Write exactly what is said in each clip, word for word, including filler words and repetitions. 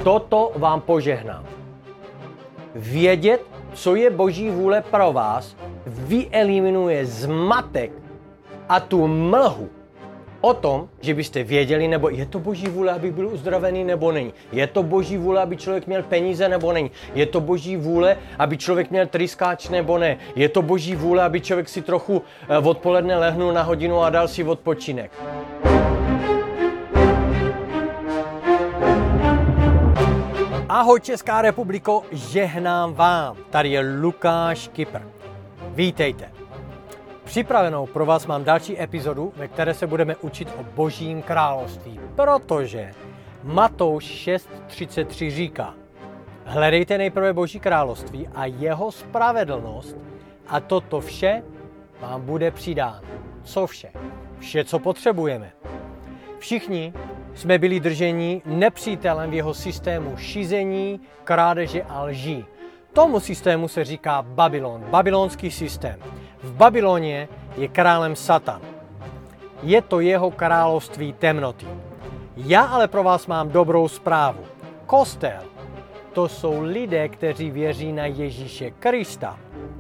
Toto vám požehnám. Vědět, co je Boží vůle pro vás, vyeliminuje zmatek a tu mlhu o tom, že byste věděli, nebo je to Boží vůle, aby byl uzdravený, nebo není. Je to Boží vůle, aby člověk měl peníze, nebo není. Je to Boží vůle, aby člověk měl tryskáč, nebo ne. Je to Boží vůle, aby člověk si trochu odpoledne lehnul na hodinu a dal si odpočinek. Ahoj Česká republiko, žehnám vám. Tady je Lukáš Kypr. Vítejte. Připravenou pro vás mám další epizodu, ve které se budeme učit o Božím království, protože Matouš šest třicet tři říká: hledejte nejprve Boží království a jeho spravedlnost a toto vše vám bude přidáno. Co vše? Vše, co potřebujeme. Všichni jsme byli drženi nepřítelem v jeho systému šizení, krádeže a lží. Tomu systému se říká Babylon, babylonský systém. V Babyloně je králem Satan. Je to jeho království temnoty. Já ale pro vás mám dobrou zprávu. Kostel, to jsou lidé, kteří věří na Ježíše Krista.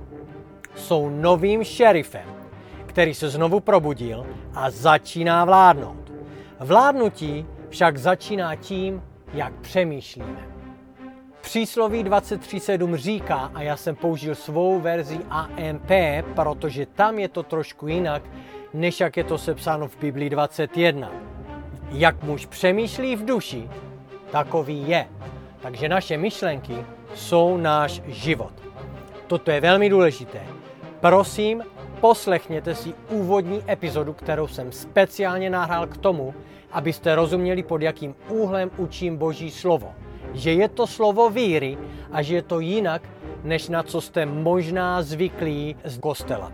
Jsou novým šerifem, který se znovu probudil a začíná vládnout. Vládnutí však začíná tím, jak přemýšlíme. Přísloví dvacet tři sedm říká, a já jsem použil svou verzi A M P, protože tam je to trošku jinak, než jak je to sepsáno v Biblii dvacet jedna. Jak muž přemýšlí v duši, takový je. Takže naše myšlenky jsou náš život. Toto je velmi důležité. Prosím, poslechněte si úvodní epizodu, kterou jsem speciálně nahrál k tomu, abyste rozuměli, pod jakým úhlem učím Boží slovo. Že je to slovo víry a že je to jinak, než na co jste možná zvyklí z kostela.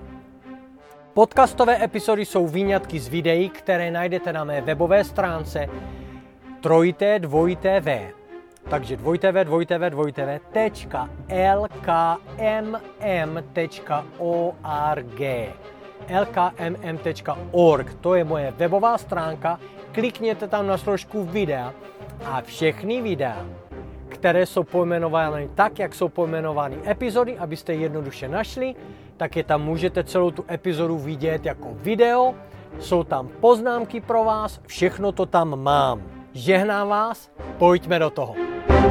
Podcastové epizody jsou výňatky z videí, které najdete na mé webové stránce trojité dvojité v. Takže dvojité v, dvojité v, dvojité v, tečka l k m m tečka org. l k m m tečka org, to je moje webová stránka, klikněte tam na složku videa a všechny videa, které jsou pojmenovány tak, jak jsou pojmenovány epizody, abyste jednoduše našli, tak je tam můžete celou tu epizodu vidět jako video, jsou tam poznámky pro vás, všechno to tam mám. Žehnám vás, pojďme do toho.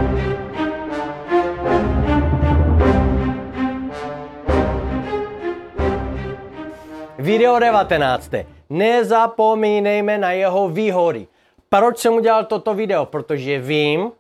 Video devatenáct. Nezapomínejme na jeho výhody. Proč jsem udělal toto video? Protože vím,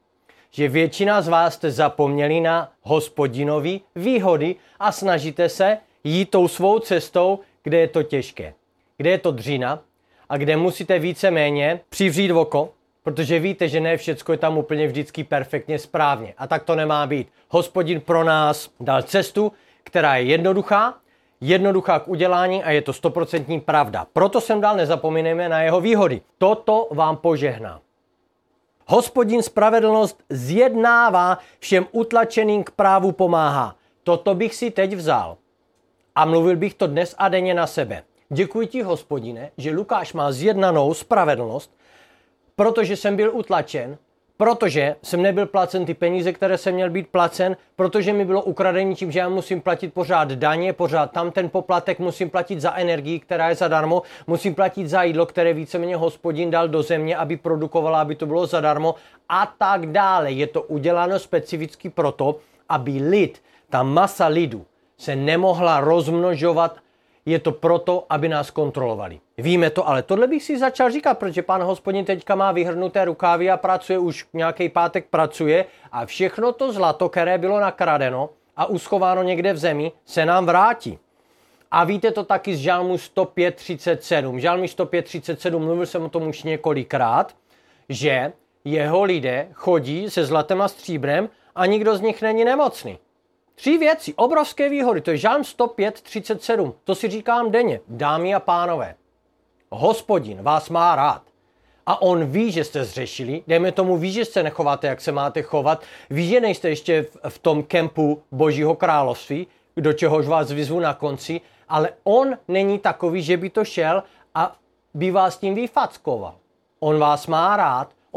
že většina z vás jste zapomněli na Hospodinovi výhody a snažíte se jít tou svou cestou, kde je to těžké, kde je to dřina a kde musíte víceméně přivřít oko, protože víte, že ne všecko je tam úplně vždycky perfektně správně. A tak to nemá být. Hospodin pro nás dal cestu, která je jednoduchá, jednoduchá k udělání a je to stoprocentní pravda. Proto jsem dal, nezapomínejme na jeho výhody. Toto vám požehná. Hospodin spravedlnost zjednává, všem utlačeným k právu pomáhá. Toto bych si teď vzal a mluvil bych to dnes a denně na sebe. Děkuji ti, Hospodine, že Lukáš má zjednanou spravedlnost, protože jsem byl utlačen, protože jsem nebyl placen ty peníze, které jsem měl být placen, protože mi bylo ukradený tím, že já musím platit pořád daně, pořád tam ten poplatek, musím platit za energii, která je zadarmo, musím platit za jídlo, které víceméně Hospodin dal do země, aby produkovala, aby to bylo zadarmo a tak dále. Je to uděláno specificky proto, aby lid, ta masa lidu se nemohla rozmnožovat. Je to proto, aby nás kontrolovali. Víme to, ale tohle bych si začal říkat, protože pán Hospodin teďka má vyhrnuté rukávy a pracuje, už nějaký pátek pracuje a všechno to zlato, které bylo nakradeno a uschováno někde v zemi, se nám vrátí. A víte to taky z Žalmu sto pět třicet sedm. Žalmy sto pět třicet sedm, mluvil jsem o tom už několikrát, že jeho lidé chodí se zlatem a stříbrem a nikdo z nich není nemocný. Tři věci, obrovské výhody, to je Žalm sto pět třicet sedm, to si říkám denně, dámy a pánové. Hospodin vás má rád a on ví, že jste zřešili, dejme tomu, ví, že se nechováte, jak se máte chovat, ví, že nejste ještě v, v tom kempu Božího království, do čehož vás vyzvu na konci, ale on není takový, že by to šel a by vás tím vyfackoval. On vás má rád,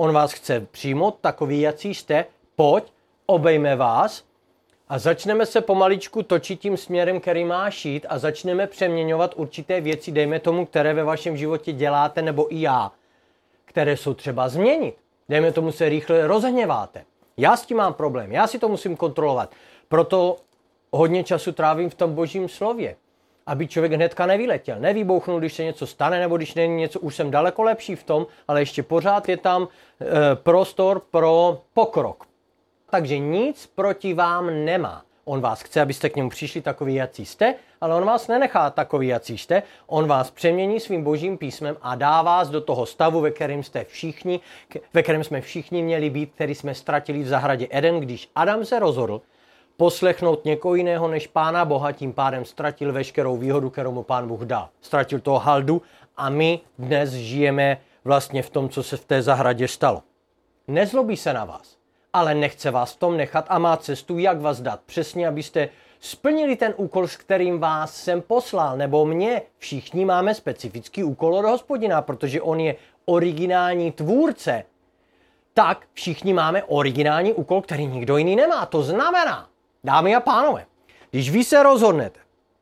On vás chce přijmout takový, jací jste, pojď, obejme vás a začneme se pomaličku točit tím směrem, který máš jít a začneme přeměňovat určité věci, dejme tomu, které ve vašem životě děláte, nebo i já, které jsou třeba změnit. Dejme tomu, se rychle rozhněváte. Já s tím mám problém, já si to musím kontrolovat. Proto hodně času trávím v tom božím slově, aby člověk hnedka nevyletěl, nevybouchnul, když se něco stane, nebo když není něco, už jsem daleko lepší v tom, ale ještě pořád je tam e, prostor pro pokrok. Takže nic proti vám nemá. On vás chce, abyste k němu přišli takový, jací jste, ale on vás nenechá takový, jací jste. On vás přemění svým božím písmem a dá vás do toho stavu, ve kterém jste všichni, ve kterém jsme všichni měli být, který jsme ztratili v zahradě Eden, když Adam se rozhodl poslechnout někoho jiného než Pána Boha, tím pádem ztratil veškerou výhodu, kterou mu Pán Bůh dal. Ztratil toho haldu a my dnes žijeme vlastně v tom, co se v té zahradě stalo. Nezlobí se na vás, ale nechce vás v tom nechat a má cestu, jak vás dát přesně, abyste splnili ten úkol, s kterým vás jsem poslal, nebo mě. Všichni máme specifický úkol od Hospodina, protože on je originální tvůrce. Tak všichni máme originální úkol, který nikdo jiný nemá. To znamená, dámy a pánové, když vy se rozhodnete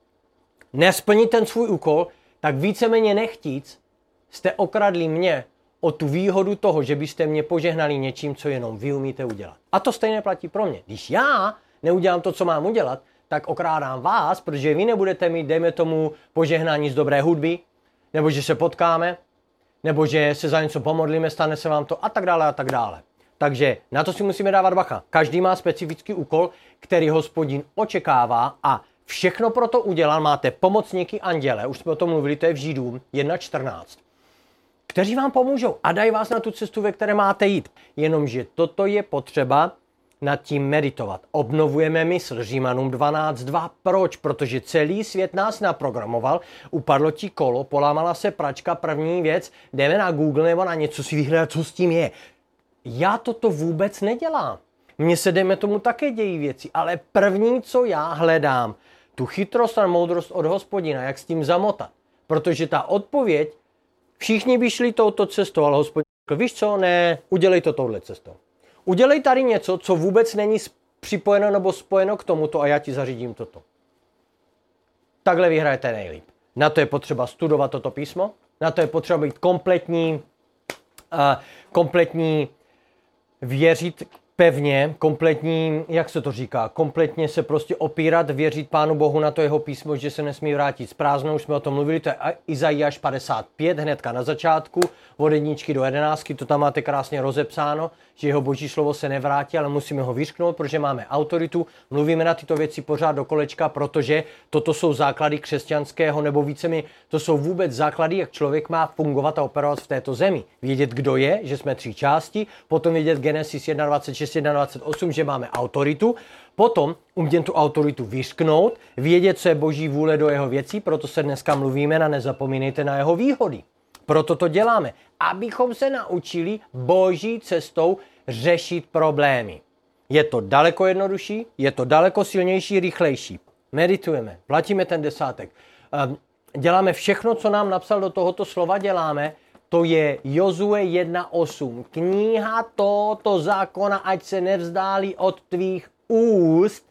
nesplnit ten svůj úkol, tak víceméně nechtíc jste okradli mě o tu výhodu toho, že byste mě požehnali něčím, co jenom vy umíte udělat. A to stejně platí pro mě. Když já neudělám to, co mám udělat, tak okrádám vás, protože vy nebudete mít, dejme tomu, požehnání z dobré hudby, nebo že se potkáme, nebo že se za něco pomodlíme, stane se vám to a tak dále a tak dále. Takže na to si musíme dávat bacha. Každý má specifický úkol, který Hospodin očekává a všechno pro to udělal. Máte pomocníky anděle, už jsme o tom mluvili, to je v Židům jedna čtrnáct, kteří vám pomůžou a dají vás na tu cestu, ve které máte jít. Jenomže toto je potřeba nad tím meditovat. Obnovujeme mysl. Římanům dvanáct dva. Proč? Protože celý svět nás naprogramoval, upadlo ti kolo, polámala se pračka, první věc, jdeme na Google nebo na něco si vyhledat, co s tím je. Já toto vůbec nedělám. Mně se, dejme tomu, také dějí věci, ale první, co já hledám, tu chytrost a moudrost od Hospodina, jak s tím zamotat. Protože ta odpověď, všichni by šli touto cestou, ale Hospodin řekl, víš co, ne, udělej to touhle cestou. Udělej tady něco, co vůbec není připojeno nebo spojeno k tomuto a já ti zařídím toto. Takhle vyhrajete nejlíp. Na to je potřeba studovat toto písmo, na to je potřeba být kompletní, uh, kompletní věřit pevně, kompletní, jak se to říká, kompletně se prostě opírat, věřit Pánu Bohu na to jeho písmo, že se nesmí vrátit s prázdnou, už jsme o tom mluvili, to je Izajáš padesát pět, hnedka na začátku, od jedničky do jedenáctky, to tam máte krásně rozepsáno, že jeho boží slovo se nevrátí, ale musíme ho vyřknout, protože máme autoritu, mluvíme na tyto věci pořád do kolečka, protože toto jsou základy křesťanského, nebo více mi, to jsou vůbec základy, jak člověk má fungovat a operovat v této zemi. Vědět, kdo je, že jsme tři části, potom vědět Genesis dvacet šest dvacet osm, že máme autoritu, potom umět tu autoritu vyřknout, vědět, co je boží vůle do jeho věcí, proto se dneska mluvíme a nezapomínejte na jeho výhody. Proto to děláme, abychom se naučili boží cestou řešit problémy. Je to daleko jednodušší, je to daleko silnější, rychlejší. Meditujeme, platíme ten desátek. Děláme všechno, co nám napsal do tohoto slova, děláme. To je Jozue jedna osm. Kniha tohoto zákona, ať se nevzdálí od tvých úst,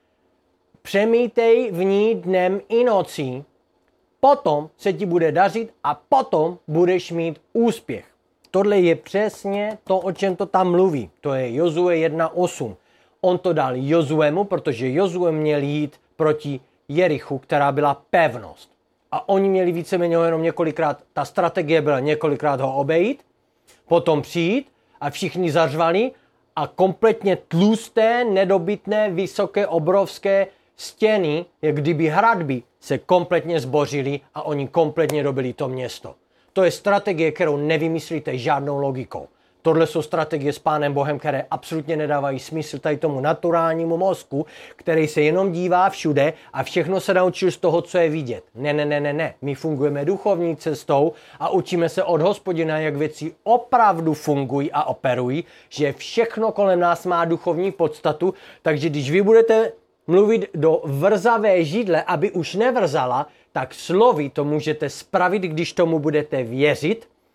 přemítej v ní dnem i nocí, potom se ti bude dařit a potom budeš mít úspěch. Tohle je přesně to, o čem to tam mluví. To je Jozue jedna osm. On to dal Jozuemu, protože Jozue měl jít proti Jerichu, která byla pevnost. A oni měli víceméně jenom několikrát, ta strategie byla několikrát ho obejít, potom přijít a všichni zařvali a kompletně tlusté, nedobytné, vysoké, obrovské stěny, jak kdyby hradby, se kompletně zbořily a oni kompletně dobili to město. To je strategie, kterou nevymyslíte žádnou logikou. Tohle jsou strategie s Pánem Bohem, které absolutně nedávají smysl tady tomu naturálnímu mozku, který se jenom dívá všude a všechno se naučil z toho, co je vidět. Ne, ne, ne, ne, ne. My fungujeme duchovní cestou a učíme se od Hospodina, jak věci opravdu fungují a operují, že všechno kolem nás má duchovní podstatu, takže když vy budete mluvit do vrzavé židle, aby už nevrzala, tak slovy to můžete spravit, když tomu budete věřit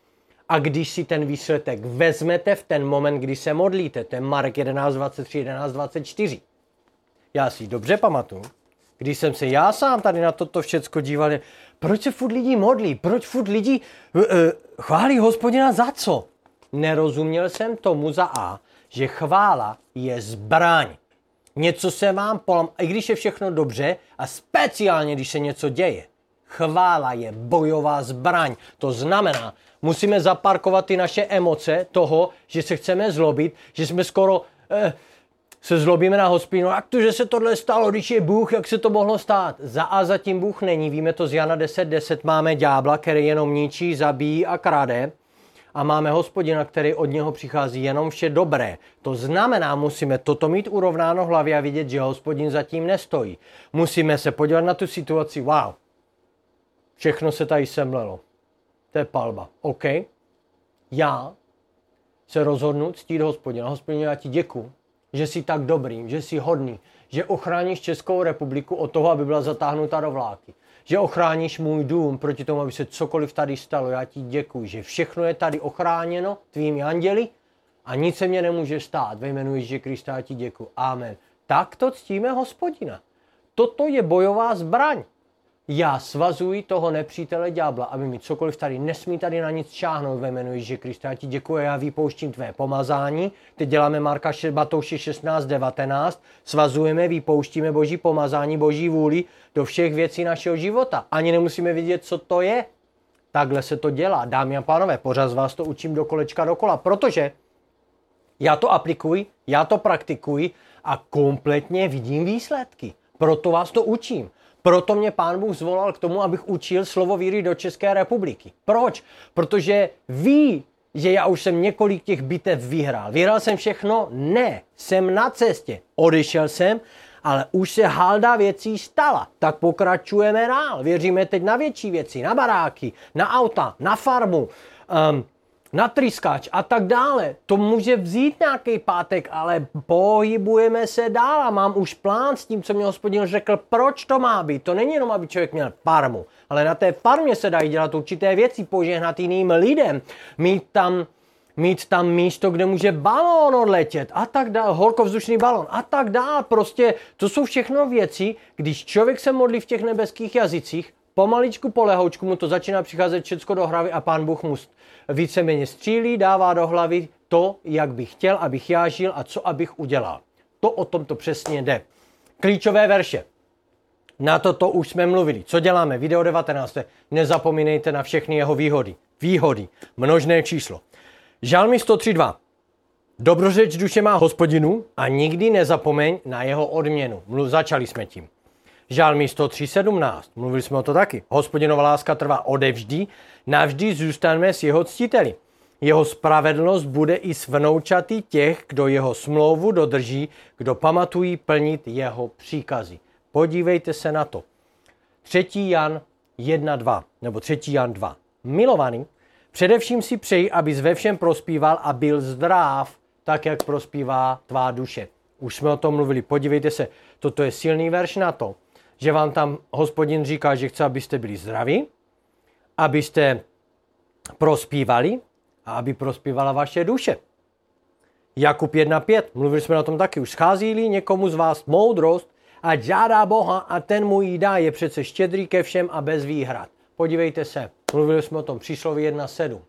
A když si ten výsledek vezmete v ten moment, kdy se modlíte, to je Marek jedenáct dvacet tři, jedenáct dvacet čtyři. Já si dobře pamatuju, když jsem se já sám tady na toto všecko díval, proč se furt lidi modlí, proč furt lidi uh, uh, chválí Hospodina za co? Nerozuměl jsem tomu za A, že chvála je zbraň. Něco se vám polam, i když je všechno dobře a speciálně, když se něco děje. Chvála je bojová zbraň. To znamená, musíme zaparkovat ty naše emoce toho, že se chceme zlobit, že jsme skoro eh, se zlobíme na Hospodina. Jak to, že se tohle stalo, když je Bůh, jak se to mohlo stát? Za A zatím Bůh není. Víme to z Jana deset deset. Máme ďábla, který jenom ničí, zabíjí a krade. A máme Hospodina, který od něho přichází jenom vše dobré. To znamená, musíme toto mít urovnáno v hlavě a vidět, že Hospodin zatím nestojí. Musíme se podívat na tu situaci. Wow, všechno se tady semlelo. To je palba. OK? Já se rozhodnu ctít Hospodina. Hospodine, já ti děkuju, že jsi tak dobrý, že jsi hodný, že ochráníš Českou republiku od toho, aby byla zatáhnuta do vláky. Že ochráníš můj dům proti tomu, aby se cokoliv tady stalo. Já ti děkuji, že všechno je tady ochráněno tvými anděli a nic se mě nemůže stát. Ve jménu Ježíše Krista já ti děkuji. Amen. Tak to ctíme Hospodina. Toto je bojová zbraň. Já svazuji toho nepřítele ďábla, aby mi cokoliv tady nesmí tady na nic šáhnout ve jménu Ježíše Krista. Já ti děkuji, já vypouštím tvé pomazání. Teď děláme Marka Matouše šestnáct devatenáct. Svazujeme, vypouštíme Boží pomazání, Boží vůli do všech věcí našeho života. Ani nemusíme vidět, co to je. Takhle se to dělá. Dámy a pánové, pořád z vás to učím do kolečka dokola, protože já to aplikuji, já to praktikuji a kompletně vidím výsledky. Proto vás to učím. Proto mě Pán Bůh zvolal k tomu, abych učil slovo víry do České republiky. Proč? Protože ví, že já už jsem několik těch bitev vyhrál. Vyhrál jsem všechno? Ne. Jsem na cestě. Odešel jsem, ale už se halda věcí stala. Tak pokračujeme dál. Věříme teď na větší věci, na baráky, na auta, na farmu, um, na tryskáč a tak dále. To může vzít nějaký pátek, ale pohybujeme se dál a mám už plán s tím, co mě Hospodin řekl, proč to má být. To není jenom, aby člověk měl farmu, ale na té farmě se dají dělat určité věci, požehnat jiným lidem, mít tam, mít tam místo, kde může balón odletět a tak dále, horkovzdušný balón a tak dále. Prostě to jsou všechno věci, když člověk se modlí v těch nebeských jazycích, pomaličku, polehoučku mu to začíná přicházet všecko do hlavy a Pán Bůh mu víceméně střílí, dává do hlavy to, jak bych chtěl, abych já žil a co abych udělal. To o tom to přesně jde. Klíčové verše. Na toto už jsme mluvili. Co děláme? Video devatenáct. Nezapomínejte na všechny jeho výhody. Výhody. Množné číslo. Žalmy sto tři dva. Dobrořeč duše má Hospodinu a nikdy nezapomeň na jeho odměnu. Mluv, začali jsme tím. Žalmy sto tři sedmnáct. Mluvili jsme o to taky. Hospodinova láska trvá odevždy, navždy zůstaneme s jeho ctiteli. Jeho spravedlnost bude i s vnoučaty těch, kdo jeho smlouvu dodrží, kdo pamatují plnit jeho příkazy. Podívejte se na to. třetí Jan jedna dva, nebo třetí Jan dva. Milovaný, především si přeji, abys ve všem prospíval a byl zdrav, tak jak prospívá tvá duše. Už jsme o tom mluvili. Podívejte se, toto je silný verš na to, že vám tam Hospodin říká, že chce, abyste byli zdraví, abyste prospívali a aby prospívala vaše duše. Jakub jedna pět, mluvili jsme o tom taky, už schází-li někomu z vás moudrost a žádá Boha a ten mu ji dá, je přece štědrý ke všem a bez výhrad. Podívejte se, mluvili jsme o tom přísloví jedna sedm.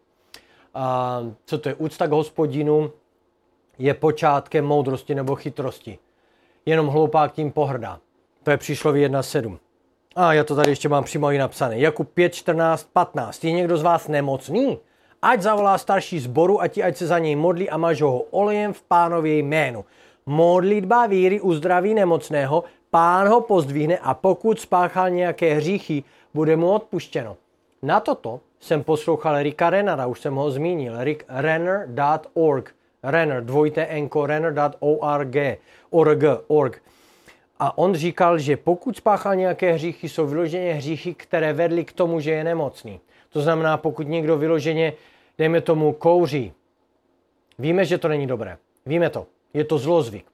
A co to je? Úcta k Hospodinu je počátkem moudrosti nebo chytrosti. Jenom hloupák tím pohrdá. To je přísloví jedna sedm. A já to tady ještě mám přímo i napsané. Jakub pět čtrnáct patnáct. Je někdo z vás nemocný? Ať zavolá starší sboru a ti ať se za něj modlí a mažou ho olejem v Pánově jménu. Modlitba víry uzdraví nemocného, Pán ho pozdvihne a pokud spáchal nějaké hříchy, bude mu odpuštěno. Na toto jsem poslouchal Ricka Rennera, už jsem ho zmínil. rick renner tečka org. Renner, dvojité enko, renner tečka org. org, org. A on říkal, že pokud spáchal nějaké hříchy, jsou vyloženě hříchy, které vedly k tomu, že je nemocný. To znamená, pokud někdo vyloženě, dejme tomu, kouří. Víme, že to není dobré. Víme to. Je to zlozvyk.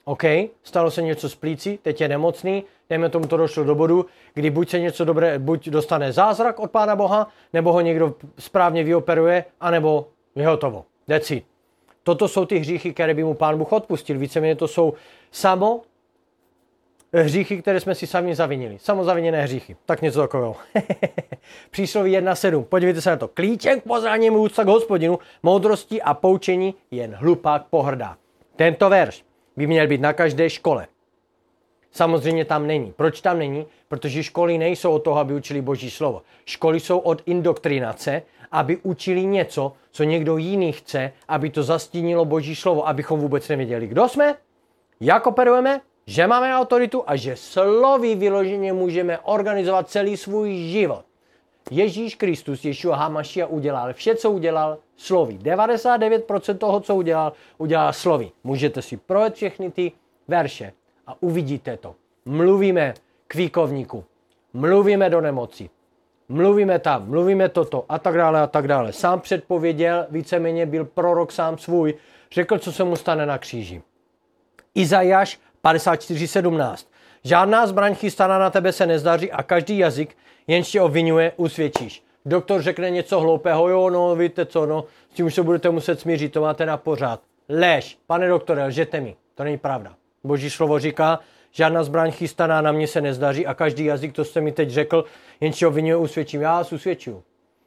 OK, stalo se něco s plící, teď je nemocný, dejme tomu to došlo do bodu, kdy buď se něco dobré, buď dostane zázrak od Pána Boha, nebo ho někdo správně vyoperuje, anebo je hotovo. That's it. Toto jsou ty hříchy, které by mu Pán Bůh odpustil. Víceméně to jsou samo hříchy, které jsme si sami zavinili. Samozaviněné hříchy. Tak něco takového. Přísloví jedna sedm. Podívejte se na to. Klíčem k poznání je úcta k Hospodinu, moudrosti a poučení jen hlupák pohrdá. Tento verš by měl být na každé škole. Samozřejmě tam není. Proč tam není? Protože školy nejsou od toho, aby učili Boží slovo. Školy jsou od indoktrinace, aby učili něco, co někdo jiný chce, aby to zastínilo Boží slovo, abychom vůbec nevěděli, kdo jsme, jak operujeme, že máme autoritu a že slovy vyloženě můžeme organizovat celý svůj život. Ježíš Kristus, Ješua Hamašia udělal vše, co udělal slovy. devadesát devět procent toho, co udělal, udělal slovy. Můžete si projet všechny ty verše a uvidíte to. Mluvíme k výkovníku, mluvíme do nemoci, mluvíme tam, mluvíme toto a tak dále a tak dále. Sám předpověděl, víceméně byl prorok sám svůj, řekl, co se mu stane na kříži. Izajáš padesát čtyři sedmnáct. Žádná zbraň chystaná na tebe se nezdaří a každý jazyk, jenž tě obvinuje, usvědčíš. Doktor řekne něco hloupého, jo, no, víte co, no, s tím už se budete muset smířit, to máte na pořád. Lež, pane doktore, lžete mi, to není pravda. Boží slovo říká, žádná zbraň chystaná na mě se nezdaří a každý jazyk, to jste mi teď řekl, jenž tě obvinuje, usvědčím. Já vás usvědčuju.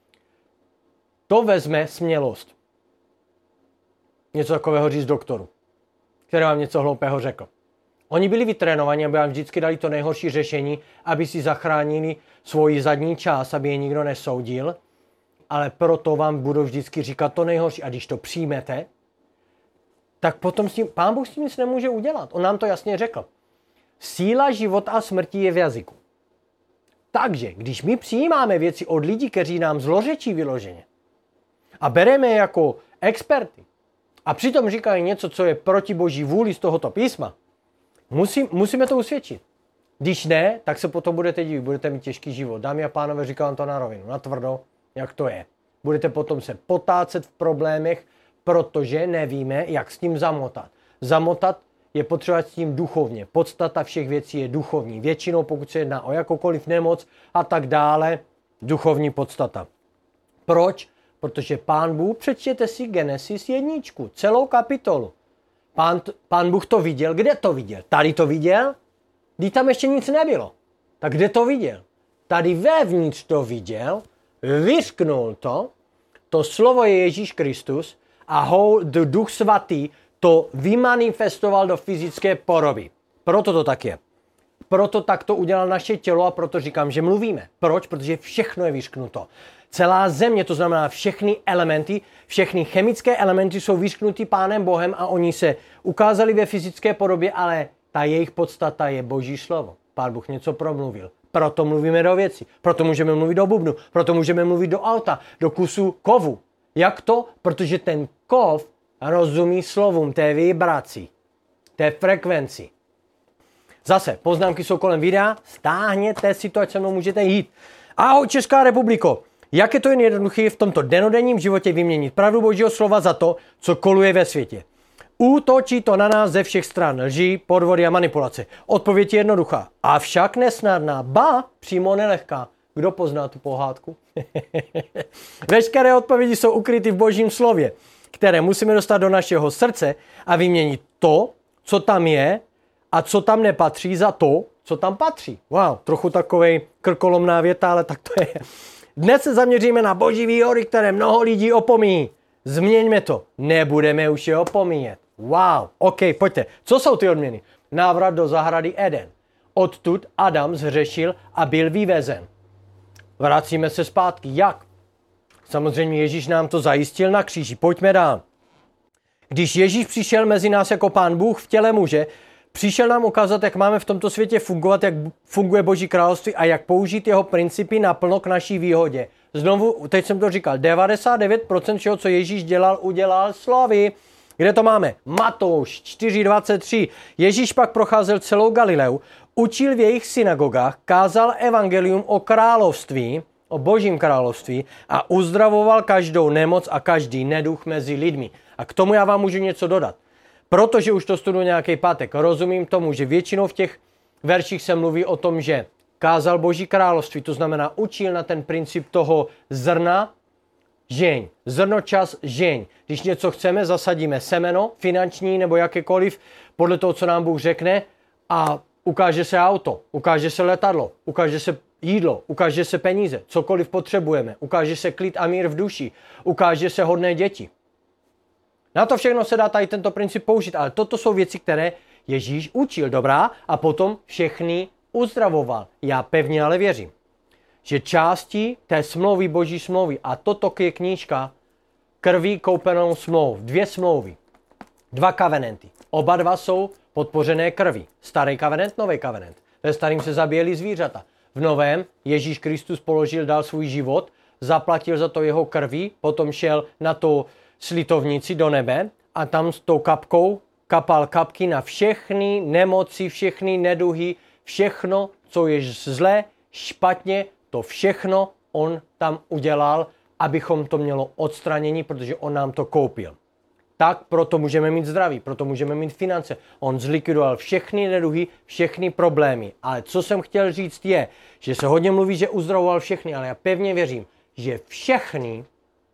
To vezme smělost. Něco takového říct doktoru, který vám něco hloupého řekl. Oni byli vytrénovaní, aby vám vždycky dali to nejhorší řešení, aby si zachránili svoji zadní část, aby je nikdo nesoudil, ale proto vám budou vždycky říkat to nejhorší. A když to přijmete, tak potom s tím, Pán Bůh s tím nic nemůže udělat. On nám to jasně řekl. Síla života a smrti je v jazyku. Takže, když my přijímáme věci od lidí, kteří nám zlořečí vyloženě a bereme je jako experty a přitom říkají něco, co je proti Boží vůli z tohoto písma, Musí, musíme to usvědčit. Když ne, tak se potom budete divit, budete mít těžký život. Dámy a pánové, říkám to na rovinu, na tvrdo, jak to je. Budete potom se potácet v problémech, protože nevíme, jak s tím zamotat. Zamotat je potřeba s tím duchovně. Podstata všech věcí je duchovní. Většinou, pokud se jedná o jakoukoliv nemoc a tak dále, duchovní podstata. Proč? Protože Pán Bůh, přečtěte si Genesis jedničku, celou kapitolu. Pán, pán Bůh to viděl. Kde to viděl? Tady to viděl? Když tam ještě nic nebylo. Tak kde to viděl? Tady vevnitř to viděl, vyřknul to, to slovo je Ježíš Kristus a ho, Duch Svatý to vymanifestoval do fyzické podoby. Proto to tak je. Proto tak to udělal naše tělo a proto říkám, že mluvíme. Proč? Protože všechno je vyřknuto. Celá země, to znamená všechny elementy, všechny chemické elementy jsou vyřknuty Pánem Bohem a oni se ukázali ve fyzické podobě, ale ta jejich podstata je Boží slovo. Pán Bůh něco promluvil. Proto mluvíme do věcí. Proto můžeme mluvit do bubnu. Proto můžeme mluvit do auta, do kusu kovu. Jak to? Protože ten kov rozumí slovům, té vibraci, té frekvenci. Zase, poznámky jsou kolem videa, stáhněte si to, ať se mnou můžete jít. Ahoj Česká republiko! Jak je to jen jednoduché v tomto denodenním životě vyměnit pravdu Božího slova za to, co koluje ve světě? Útočí to na nás ze všech stran, lži, podvody a manipulace. Odpověď je jednoduchá, avšak nesnadná, ba přímo nelehká. Kdo pozná tu pohádku? Veškeré odpovědi jsou ukryty v Božím slově, které musíme dostat do našeho srdce a vyměnit to, co tam je a co tam nepatří, za to, co tam patří. Wow, trochu takovej krkolomná věta, ale tak to je. Dnes se zaměříme na Boží výhody, které mnoho lidí opomíjí. Změňme to. Nebudeme už je opomíjet. Wow. OK, pojďte. Co jsou ty odměny? Návrat do zahrady Eden. Odtud Adam zhřešil a byl vyvezen. Vracíme se zpátky. Jak? Samozřejmě Ježíš nám to zajistil na kříži. Pojďme dál. Když Ježíš přišel mezi nás jako Pán Bůh v těle muže, přišel nám ukázat, jak máme v tomto světě fungovat, jak funguje Boží království a jak použít jeho principy naplno k naší výhodě. Znovu, teď jsem to říkal, devadesát devět procent všeho, co Ježíš dělal, udělal slovy. Kde to máme? Matouš čtyři dvacet tři. Ježíš pak procházel celou Galileu, učil v jejich synagogách, kázal evangelium o království, o Božím království a uzdravoval každou nemoc a každý neduch mezi lidmi. A k tomu já vám můžu něco dodat. Protože už to studuji nějaký pátek, rozumím tomu, že většinou v těch verších se mluví o tom, že kázal Boží království, to znamená učil na ten princip toho zrna, žeň. Zrno, čas, žeň. Když něco chceme, zasadíme semeno, finanční nebo jakékoliv, podle toho, co nám Bůh řekne, a ukáže se auto, ukáže se letadlo, ukáže se jídlo, ukáže se peníze, cokoliv potřebujeme, ukáže se klid a mír v duši, ukáže se hodné děti. Na to všechno se dá tady tento princip použít, ale toto jsou věci, které Ježíš učil, dobrá, a potom všechny uzdravoval. Já pevně ale věřím, že části té smlouvy, Boží smlouvy, a toto je knížka krví koupenou smlouv, dvě smlouvy, dva covenanty. Oba dva jsou podpořené krví. Starý covenant, nový covenant. Ve starým se zabíjeli zvířata. V novém Ježíš Kristus položil, dal svůj život, zaplatil za to jeho krví, potom šel na tu slitovnici do nebe a tam s tou kapkou kapal kapky na všechny nemoci, všechny neduhy, všechno, co je zlé, špatně, to všechno on tam udělal, abychom to mělo odstranění, protože on nám to koupil. Tak proto můžeme mít zdraví, proto můžeme mít finance. On zlikvidoval všechny neduhy, všechny problémy. Ale co jsem chtěl říct je, že se hodně mluví, že uzdravoval všechny, ale já pevně věřím, že všechny,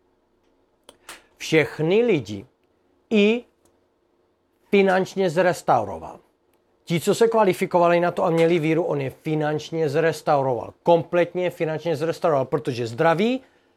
všechny lidi i finančně zrestauroval. Ti, co se kvalifikovali na to a měli víru, on je finančně zrestauroval. Kompletně finančně zrestauroval, protože zdraví,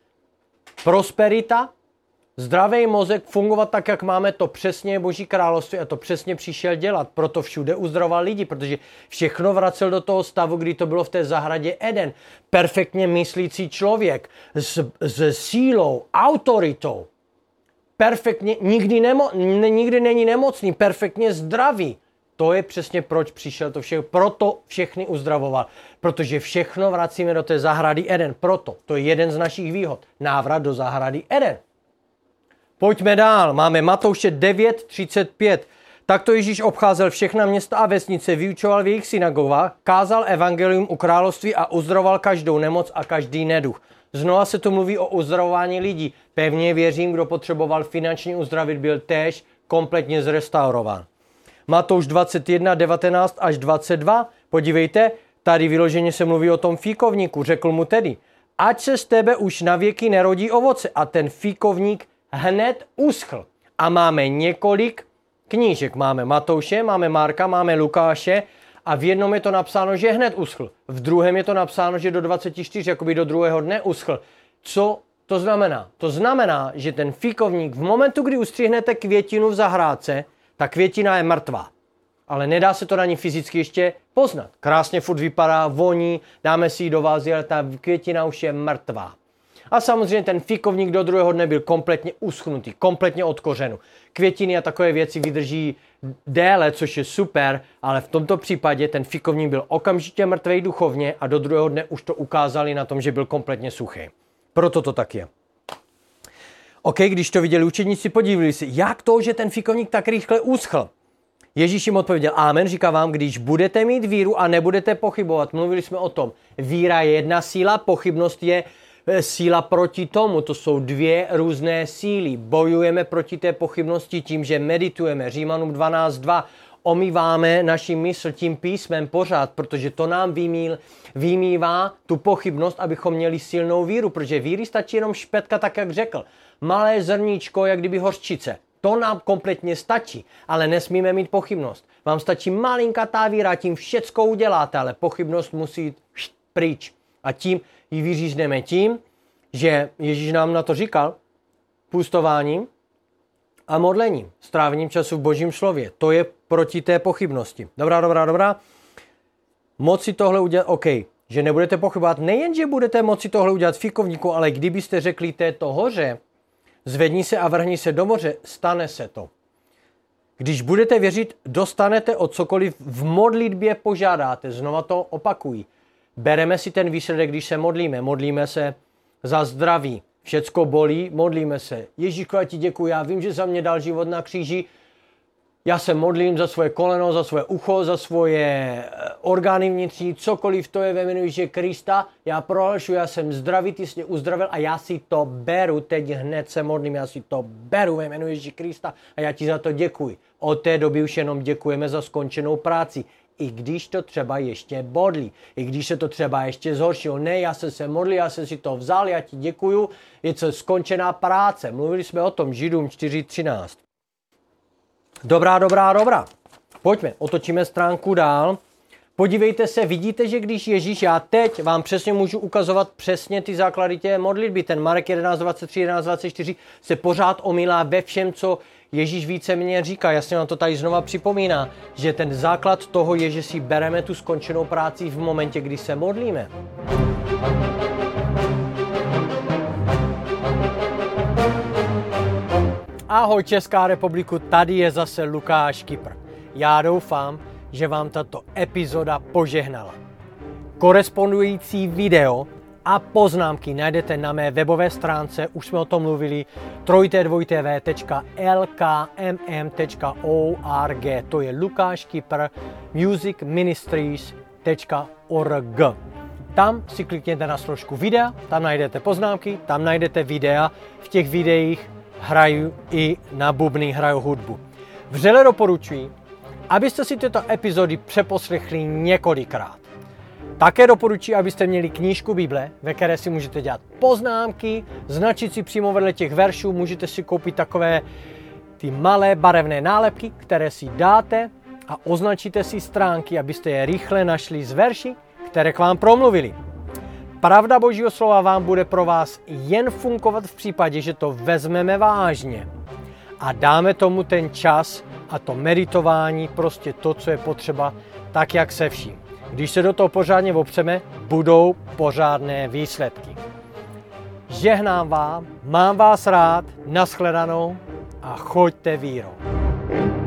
prosperita, zdravý mozek, fungovat tak, jak máme, to přesně je Boží království a to přesně přišel dělat. Proto všude uzdravoval lidi, protože všechno vracel do toho stavu, kdy to bylo v té zahradě Eden. Perfektně myslící člověk s, s sílou, autoritou. Perfektně, nikdy, nemo, nikdy není nemocný, perfektně zdravý. To je přesně proč přišel to všechno, proto všechny uzdravoval. Protože všechno vracíme do té zahrady Eden. Proto, to je jeden z našich výhod. Návrat do zahrady Eden. Pojďme dál. Máme Matouše devět třicet pět. Takto Ježíš obcházel všechna města a vesnice, vyučoval v jejich synagogách, kázal evangelium u království a uzdravoval každou nemoc a každý neduch. Znova se tu mluví o uzdravování lidí. Pevně věřím, kdo potřeboval finančně uzdravit, byl též kompletně zrestaurován. Matouš dvacet jedna, devatenáct až dvacet dva. Podívejte, tady vyloženě se mluví o tom fíkovníku. Řekl mu tedy, ať se z tebe už navěky nerodí ovoce. A ten fíkovník hned uschl. A máme několik knížek. Máme Matouše, máme Marka, máme Lukáše a v jednom je to napsáno, že hned uschl. V druhém je to napsáno, že do dvacet čtyři, jakoby do druhého dne uschl. Co to znamená? To znamená, že ten fíkovník v momentu, kdy ustřihnete květinu v zahrádce, ta květina je mrtvá. Ale nedá se to na ní fyzicky ještě poznat. Krásně furt vypadá, voní, dáme si ji do vázy, ale ta květina už je mrtvá. A samozřejmě ten fíkovník do druhého dne byl kompletně uschnutý, kompletně od kořenu. Květiny a takové věci vydrží déle, což je super, ale v tomto případě ten fíkovník byl okamžitě mrtvej duchovně a do druhého dne už to ukázali na tom, že byl kompletně suchý. Proto to tak je. OK, když to viděli učedníci, podívali si, jak to, že ten fíkovník tak rychle uschl. Ježíš jim odpověděl, amen, říká vám, když budete mít víru a nebudete pochybovat. Mluvili jsme o tom, víra je jedna síla, pochybnost je síla proti tomu. To jsou dvě různé síly. Bojujeme proti té pochybnosti tím, že meditujeme. Římanům dvanáct dva. Omýváme naši mysl tím písmem pořád, protože to nám vymíl, vymývá tu pochybnost, abychom měli silnou víru, protože víry stačí jenom špetka, tak jak řekl. Malé zrníčko, jak kdyby hořčice. To nám kompletně stačí, ale nesmíme mít pochybnost. Vám stačí malinkatá víra, tím všecko uděláte, ale pochybnost musí jít pryč. A tím ji vyřízneme tím, že Ježíš nám na to říkal, půstováním a modlením, strávením času v Božím slově. To je proti té pochybnosti. Dobrá, dobrá, dobrá. Moci tohle udělat, OK, že nebudete pochybovat, nejen, že budete moci tohle udělat fíkovníku, ale kdybyste řekli této hoře, zvedni se a vrhni se do moře, stane se to. Když budete věřit, dostanete o cokoliv v modlitbě požádáte. Znova to opakují. Bereme si ten výsledek, když se modlíme. Modlíme se za zdraví. Všecko bolí, modlíme se. Ježíšku, já ti děkuji, já vím, že za mě dal život na kříži. Já se modlím za svoje koleno, za svoje ucho, za svoje orgány vnitřní, cokoliv to je ve jménu Ježíše Krista. Já prohlašuji, já jsem zdravý, ty jsi mě uzdravil a já si to beru. Teď hned se modlím, já si to beru ve jménu Ježíše Krista a já ti za to děkuji. Od té doby už jenom děkujeme za skončenou práci. I když to třeba ještě bodlí, i když se to třeba ještě zhoršilo. Ne, já jsem se modlil, já jsem si to vzal, já ti děkuju, je to skončená práce. Mluvili jsme o tom, Židům čtyři třináct. Dobrá, dobrá, dobrá. Pojďme, otočíme stránku dál. Podívejte se, vidíte, že když Ježíš, já teď vám přesně můžu ukazovat přesně ty základy té modlitby. Ten Marek jedenáct dvacet tři, jedenáct dvacet čtyři se pořád omílá ve všem, co Ježíš víceméně říká. Jasně vám to tady znova připomíná, že ten základ toho je, že si bereme tu skončenou práci v momentě, kdy se modlíme. Ahoj Česká republiku, tady je zase Lukáš Kypr. Já doufám, že vám tato epizoda požehnala. Korespondující video a poznámky najdete na mé webové stránce, už jsme o tom mluvili, w w w tečka l k m m tečka org, to je lukáš kypr music ministries tečka org. Tam si klikněte na složku videa, tam najdete poznámky, tam najdete videa, v těch videích hraju i na bubny, hraju hudbu. Vřele doporučuji, abyste si tyto epizody přeposlechli několikrát. Také doporučuji, abyste měli knížku Bible, ve které si můžete dělat poznámky, značit si přímo vedle těch veršů, můžete si koupit takové ty malé barevné nálepky, které si dáte a označíte si stránky, abyste je rychle našli z verší, které k vám promluvili. Pravda Božího slova vám bude pro vás jen fungovat v případě, že to vezmeme vážně a dáme tomu ten čas a to meditování, prostě to, co je potřeba, tak jak se vším. Když se do toho pořádně opřeme, budou pořádné výsledky. Žehnám vám, mám vás rád, nashledanou a choďte vírou.